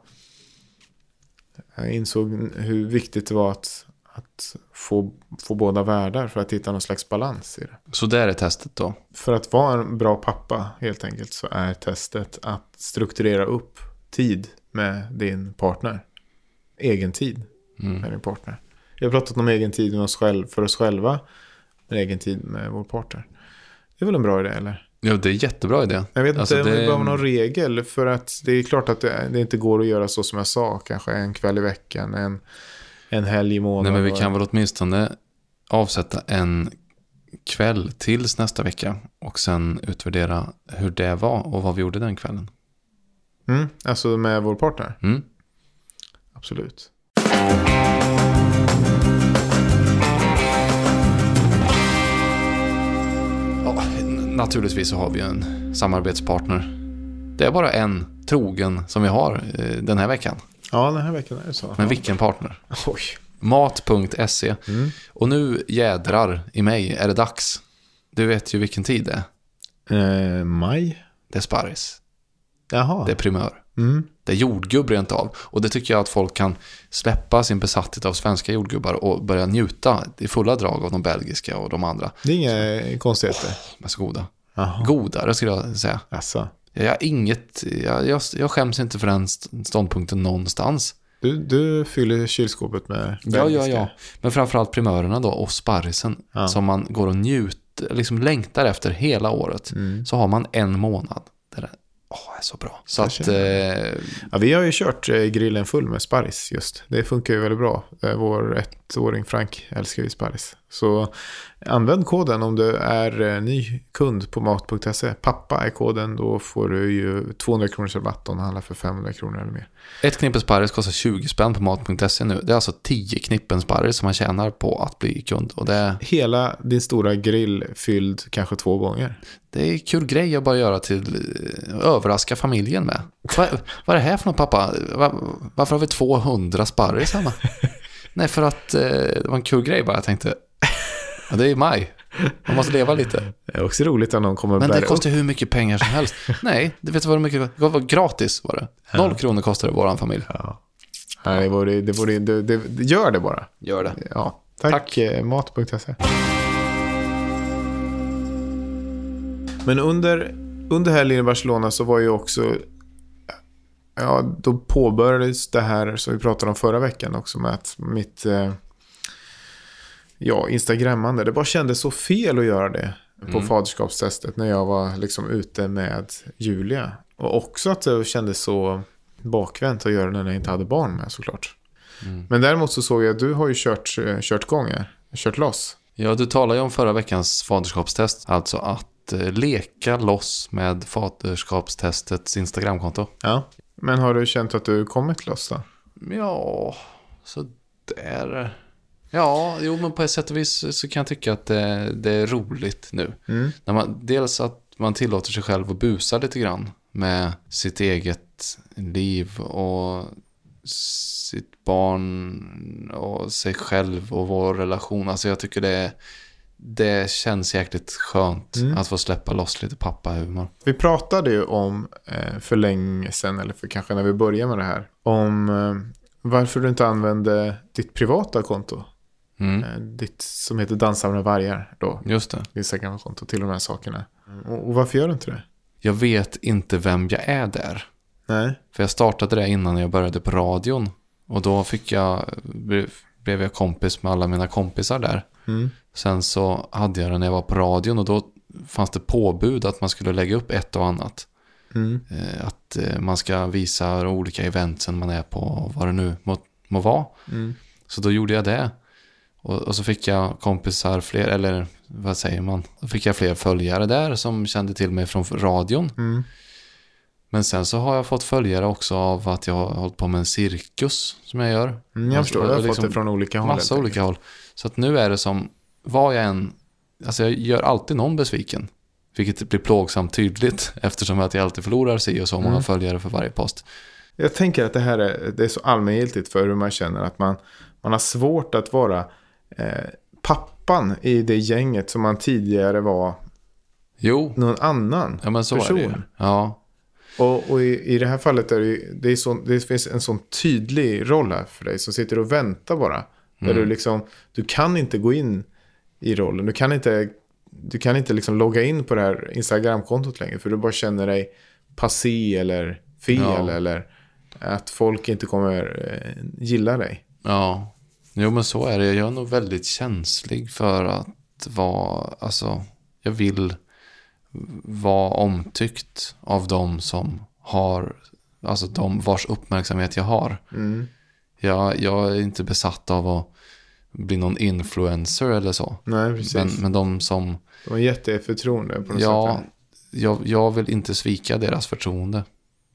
Jag insåg hur viktigt det var att, att få, få båda världar för att hitta någon slags balans i det.
Så det är testet då?
För att vara en bra pappa helt enkelt så är testet att strukturera upp tid med din partner. Egen tid mm. med din partner. Jag har pratat om egen tid med oss själv, för oss själva, men egen tid med vår partner. Det är väl en bra idé eller?
Ja, det är jättebra idé.
Jag vet inte
alltså,
om
det
vi behöver någon regel för att det är klart att det, det inte går att göra så som jag sa. Kanske en kväll i veckan, en, en helg i månaden.
Nej, men vi kan väl åtminstone avsätta en kväll tills nästa vecka och sen utvärdera hur det var och vad vi gjorde den kvällen.
Mm, alltså med vår partner?
Mm.
Absolut.
Naturligtvis så har vi en samarbetspartner. Det är bara en trogen som vi har eh, den här veckan.
Ja, den här veckan är det så.
Men vilken partner?
Oj.
mat punkt se.
Mm.
Och nu jädrar i mig är det dags. Du vet ju vilken tid det
är. Eh, maj?
Det är sparris.
Jaha.
Det är primör.
Mm.
Det är jordgubb rent av. Och det tycker jag att folk kan släppa sin besatthet av svenska jordgubbar och börja njuta i fulla drag av de belgiska och de andra.
Det är inga konstigheter.
Oh, de är så goda.
Aha.
Godare skulle jag säga.
Asså.
Jag har inget, jag, jag, jag skäms inte för den ståndpunkten någonstans.
Du, du fyller kylskåpet med
belgiska. Ja, ja, ja. Men framförallt primörerna då och sparrisen ja. Som man går och njuter, liksom längtar efter hela året. Mm. Så har man en månad där det Åh, är så bra. Så att, eh...
ja, vi har ju kört eh, grillen full med sparris just. Det funkar ju väldigt bra. Eh, vår ettåring Frank älskar ju sparris. Så använd koden om du är eh, ny kund på mat punkt se. Pappa är koden, då får du ju tvåhundra kronors rabatt om du handlar för femhundra kronor eller mer.
Ett knippe sparris kostar tjugo spänn på mat punkt se nu. Det är alltså tio knippen sparris som man tjänar på att bli kund. Och det...
Hela din stora grill fylld kanske två gånger.
Det är en kul grej att bara göra till överraska familjen med. Vad, vad är det här för något, pappa? Var, varför har vi tvåhundra sparris hemma? Nej, för att eh, det var en kul grej bara. Jag tänkte, ja, det är i maj. Man måste leva lite.
Det är också roligt att någon kommer
Men det kostar hur mycket pengar som helst. Nej, det vet du vad det mycket det var gratis var det. Noll ja. kronor kostar det våran familj. Ja.
Nej, det vore, det vore, det, det, det, gör det bara.
Gör det.
Ja, tack, tack. mat punkt se. Men under, under helgen i Barcelona så var ju också, ja, då påbörjades det här som vi pratade om förra veckan också med att mitt, ja, instagrammande, det bara kändes så fel att göra det på mm. faderskapstestet när jag var liksom ute med Julia. Och också att det kändes så bakvänt att göra det när jag inte hade barn med såklart. Mm. Men däremot så såg jag att du har ju kört, kört gånger, kört loss.
Ja, du talade ju om förra veckans faderskapstest, alltså att leka loss med faderskapstestets Instagramkonto.
Ja, men har du känt att du kommit loss då?
Ja, så där. Ja, jo, men på ett sätt och vis så kan jag tycka att det, det är roligt nu. Mm. När man, dels att man tillåter sig själv att busa lite grann med sitt eget liv och sitt barn och sig själv och vår relation. Alltså jag tycker det är det känns jäkligt skönt
Mm.
att få släppa loss lite pappahumor.
Vi pratade ju om eh, för länge sedan, eller för kanske när vi började med det här, om eh, varför du inte använde ditt privata konto.
Mm.
Eh, ditt som heter Dansar med vargar då.
Just det.
Ditt Instagram-konto till de här sakerna. Och, och varför gör du inte det?
Jag vet inte vem jag är där.
Nej.
För jag startade det innan jag började på radion. Och då fick jag, blev jag kompis med alla mina kompisar där.
Mm.
Sen så hade jag det när jag var på radion. Och då fanns det påbud att man skulle lägga upp ett och annat.
Mm.
Eh, Att eh, man ska visa olika eventsen man är på. Och vad det nu må, må vara.
Mm.
Så då gjorde jag det. Och, och så fick jag kompisar fler, eller vad säger man? Då fick jag fler följare där som kände till mig från radion.
Mm.
Men sen så har jag fått följare också av att jag har hållit på med en cirkus som jag gör.
Mm, jag förstår, jag har
liksom
fått det från olika håll.
massa olika håll. Så att nu är det som, vad jag än, alltså jag gör alltid någon besviken. Vilket blir plågsamt tydligt eftersom att jag alltid förlorar sig och så många
Mm.
följare för varje post.
Jag tänker att det här är, det är så allmängiltigt för hur man känner att man, man har svårt att vara eh, pappan i det gänget som man tidigare var
Jo,
någon annan
ja men så
person.
är det ju. Ja,
Och, och i, i det här fallet är det, ju- det, är så, det finns en sån tydlig roll här för dig som sitter och väntar bara. Där
Mm.
du liksom, du kan inte gå in i rollen. Du kan inte, du kan inte liksom logga in på det här Instagram-kontot längre. För du bara känner dig passé eller fel.
Ja.
Eller att folk inte kommer eh, gilla dig.
ja. Jo men så är det. Jag är nog väldigt känslig för att vara, alltså jag vill vara omtyckt av de som har, alltså de vars uppmärksamhet jag har.
Mm.
Jag, jag är inte besatt av att bli någon influencer eller så.
Nej, precis.
Men, men de som,
De har gett dig förtroende på något
ja,
sätt.
jag, jag vill inte svika deras förtroende.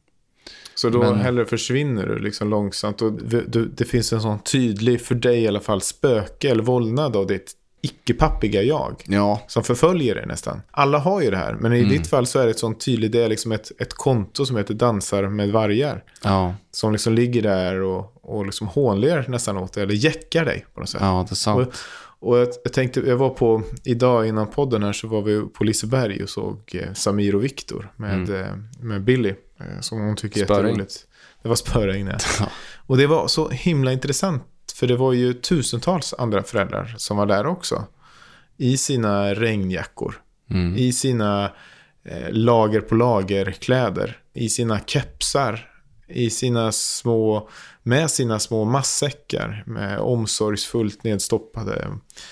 Så då
men-
hellre försvinner du liksom långsamt. Och du, du, det finns en sån tydlig, för dig i alla fall, spöke eller vålnad av ditt icke-pappiga jag.
Ja,
Som förföljer dig nästan. Alla har ju det här. Men i
Mm.
ditt fall så är det ett sånt tydligt, det är liksom ett, ett konto som heter Dansar med vargar.
ja,
Som liksom ligger där och, och liksom hånler nästan åt dig. Eller jäckar dig på något sätt.
ja, det är sant.
Och jag, jag tänkte, jag var på, idag innan podden här så var vi på Liseberg och såg eh, Samir och Viktor med, eh, med Billy. Eh, som hon tycker är
Spöring.
jätteroligt. Det var spöring där.
Ja.
Och det var så himla intressant. För det var ju tusentals andra föräldrar som var där också. I sina regnjackor.
Mm.
I sina eh, lager på lager kläder. I sina kepsar. I sina små, med sina små massäckar. Med omsorgsfullt nedstoppade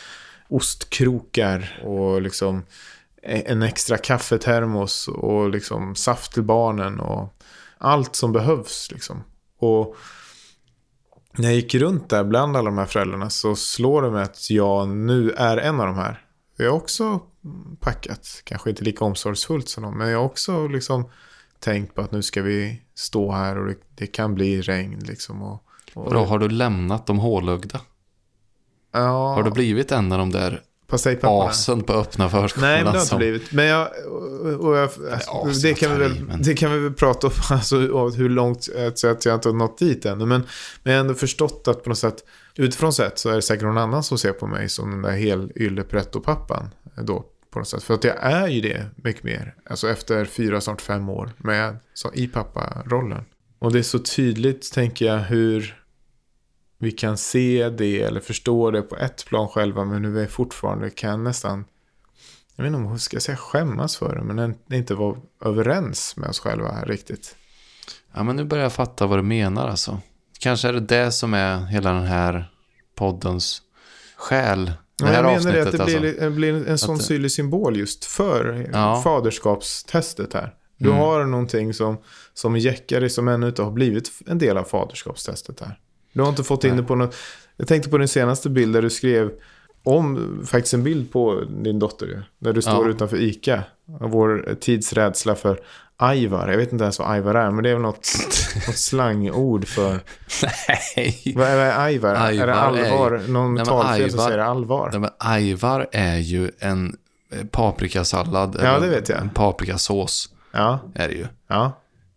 ostkrokar. Och liksom en extra kaffetermos. Och liksom saft till barnen. Och allt som behövs liksom. Och när jag gick runt där bland alla de här föräldrarna så slår det mig att jag nu är en av de här. Jag har också packat, kanske inte lika omsorgsfullt som dem, men jag har också liksom tänkt på att nu ska vi stå här och det, det kan bli regn liksom. Och, och,
Och då har du lämnat de hålögda?
ja,
Har du blivit en av de där
passejpapporna?
asen på öppna förskolan?
Nej, men det har inte
som-
blivit. Men jag, och, och jag, alltså,
as,
det, kan vi
jag tar
väl,
i, men-
det kan vi väl prata om, alltså, om hur långt, så att jag inte har nått dit ännu. Men, men jag har ändå förstått att på något sätt, utifrån sett så är det säkert någon annan som ser på mig som den där hel yllepretto-pappan då på något sätt. För att jag är ju det mycket mer. Alltså efter fyra, snart fem år med, så, i papparollen. Och det är så tydligt, tänker jag, hur vi kan se det eller förstå det på ett plan själva, men nu är fortfarande kan nästan, jag vet inte om jag ska säga skämmas för det, men inte vara överens med oss själva här riktigt.
Ja, men nu börjar jag fatta vad du menar alltså. Kanske är det det som är hela den här poddens själ. Det
Ja,
här
jag menar
avsnittet
det, att det
alltså.
blir, det blir en sån
Att-
syrlig symbol just för
Ja.
faderskapstestet här. Du
Mm.
har någonting som, som jäckar dig som ännu inte har blivit en del av faderskapstestet här. Du har inte fått in
Nej.
det på något. Jag tänkte på din senaste bild där du skrev om, faktiskt en bild på din dotter ju, där du står
Ja.
utanför ICA. Vår tidsrädsla för Ivar. Jag vet inte ens vad Ivar är, men det är väl något, något slangord för...
Nej.
Vad är, vad är Ivar? är det
Ivar
allvar?
är ju-
Någon
Nej, men
talfel som
Ivar-
säger allvar?
Nej, men ajvar är ju en eh, paprikasallad.
Ja,
eller
det vet jag.
En paprikasås
Ja,
är det ju.
ja.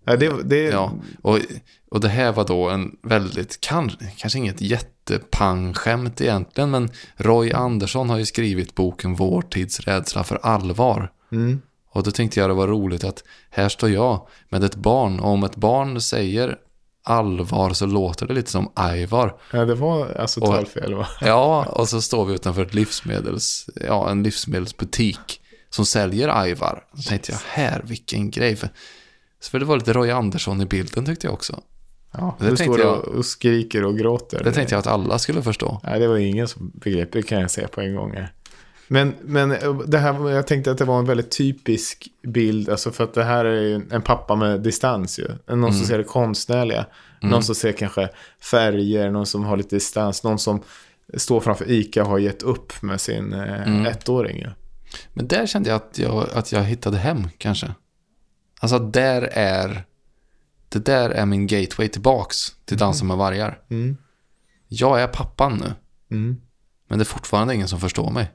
Ja, det, det...
Ja, och, och det här var då en väldigt, kan, kanske inget jättepang-skämt egentligen, men Roy Andersson har ju skrivit boken Vår tids rädsla för allvar.
Mm.
Och då tänkte jag det var roligt att här står jag med ett barn, och om ett barn säger allvar så låter det lite som Ivar.
Ja, det var alltså talfel, va?
Ja, och så står vi utanför ett livsmedels, ja, en livsmedelsbutik som säljer Ivar. Så tänkte jag, här, vilken grej. För, för det var lite Roy Andersson i bilden tyckte jag också.
Ja,
det
du står
jag,
och skriker och gråter.
Det tänkte jag att alla skulle förstå.
Nej, det var ingen som begrep, det kan jag säga på en gång. Men, men det här, jag tänkte att det var en väldigt typisk bild, alltså för att det här är ju en pappa med distans ju. Någon mm. som ser det konstnärliga, mm. någon som ser kanske färger, någon som har lite distans, någon som står framför Ica och har gett upp med sin mm. ettåring ju.
Men där kände jag att jag, att jag hittade hem kanske. Alltså där är det där är min gateway tillbaks till Dansa med vargar.
Mm.
Jag är pappan nu.
Mm.
Men det är fortfarande ingen som förstår mig.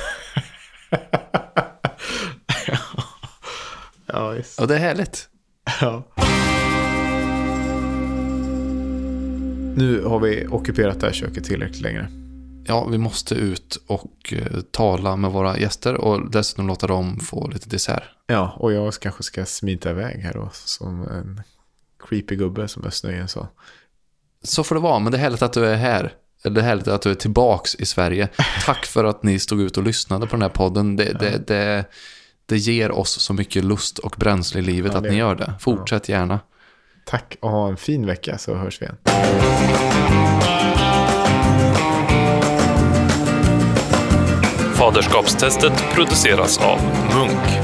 Ja, just.
Och det är härligt.
Ja. Nu har vi ockuperat det här köket tillräckligt längre.
Ja, vi måste ut och uh, tala med våra gäster och dessutom låta dem få lite dessert.
Ja, och jag kanske ska smita iväg här då som en creepy gubbe som Östnöjen sa.
Så får det vara, men det är härligt att du är här. Det är härligt att du är tillbaks i Sverige. Tack för att ni stod ut och lyssnade på den här podden. Det, ja. det, det, det ger oss så mycket lust och bränsle i livet ja, att det, ni gör det. Fortsätt ja. gärna.
Tack och ha en fin vecka så hörs vi igen.
Faderskapstestet produceras av Munk.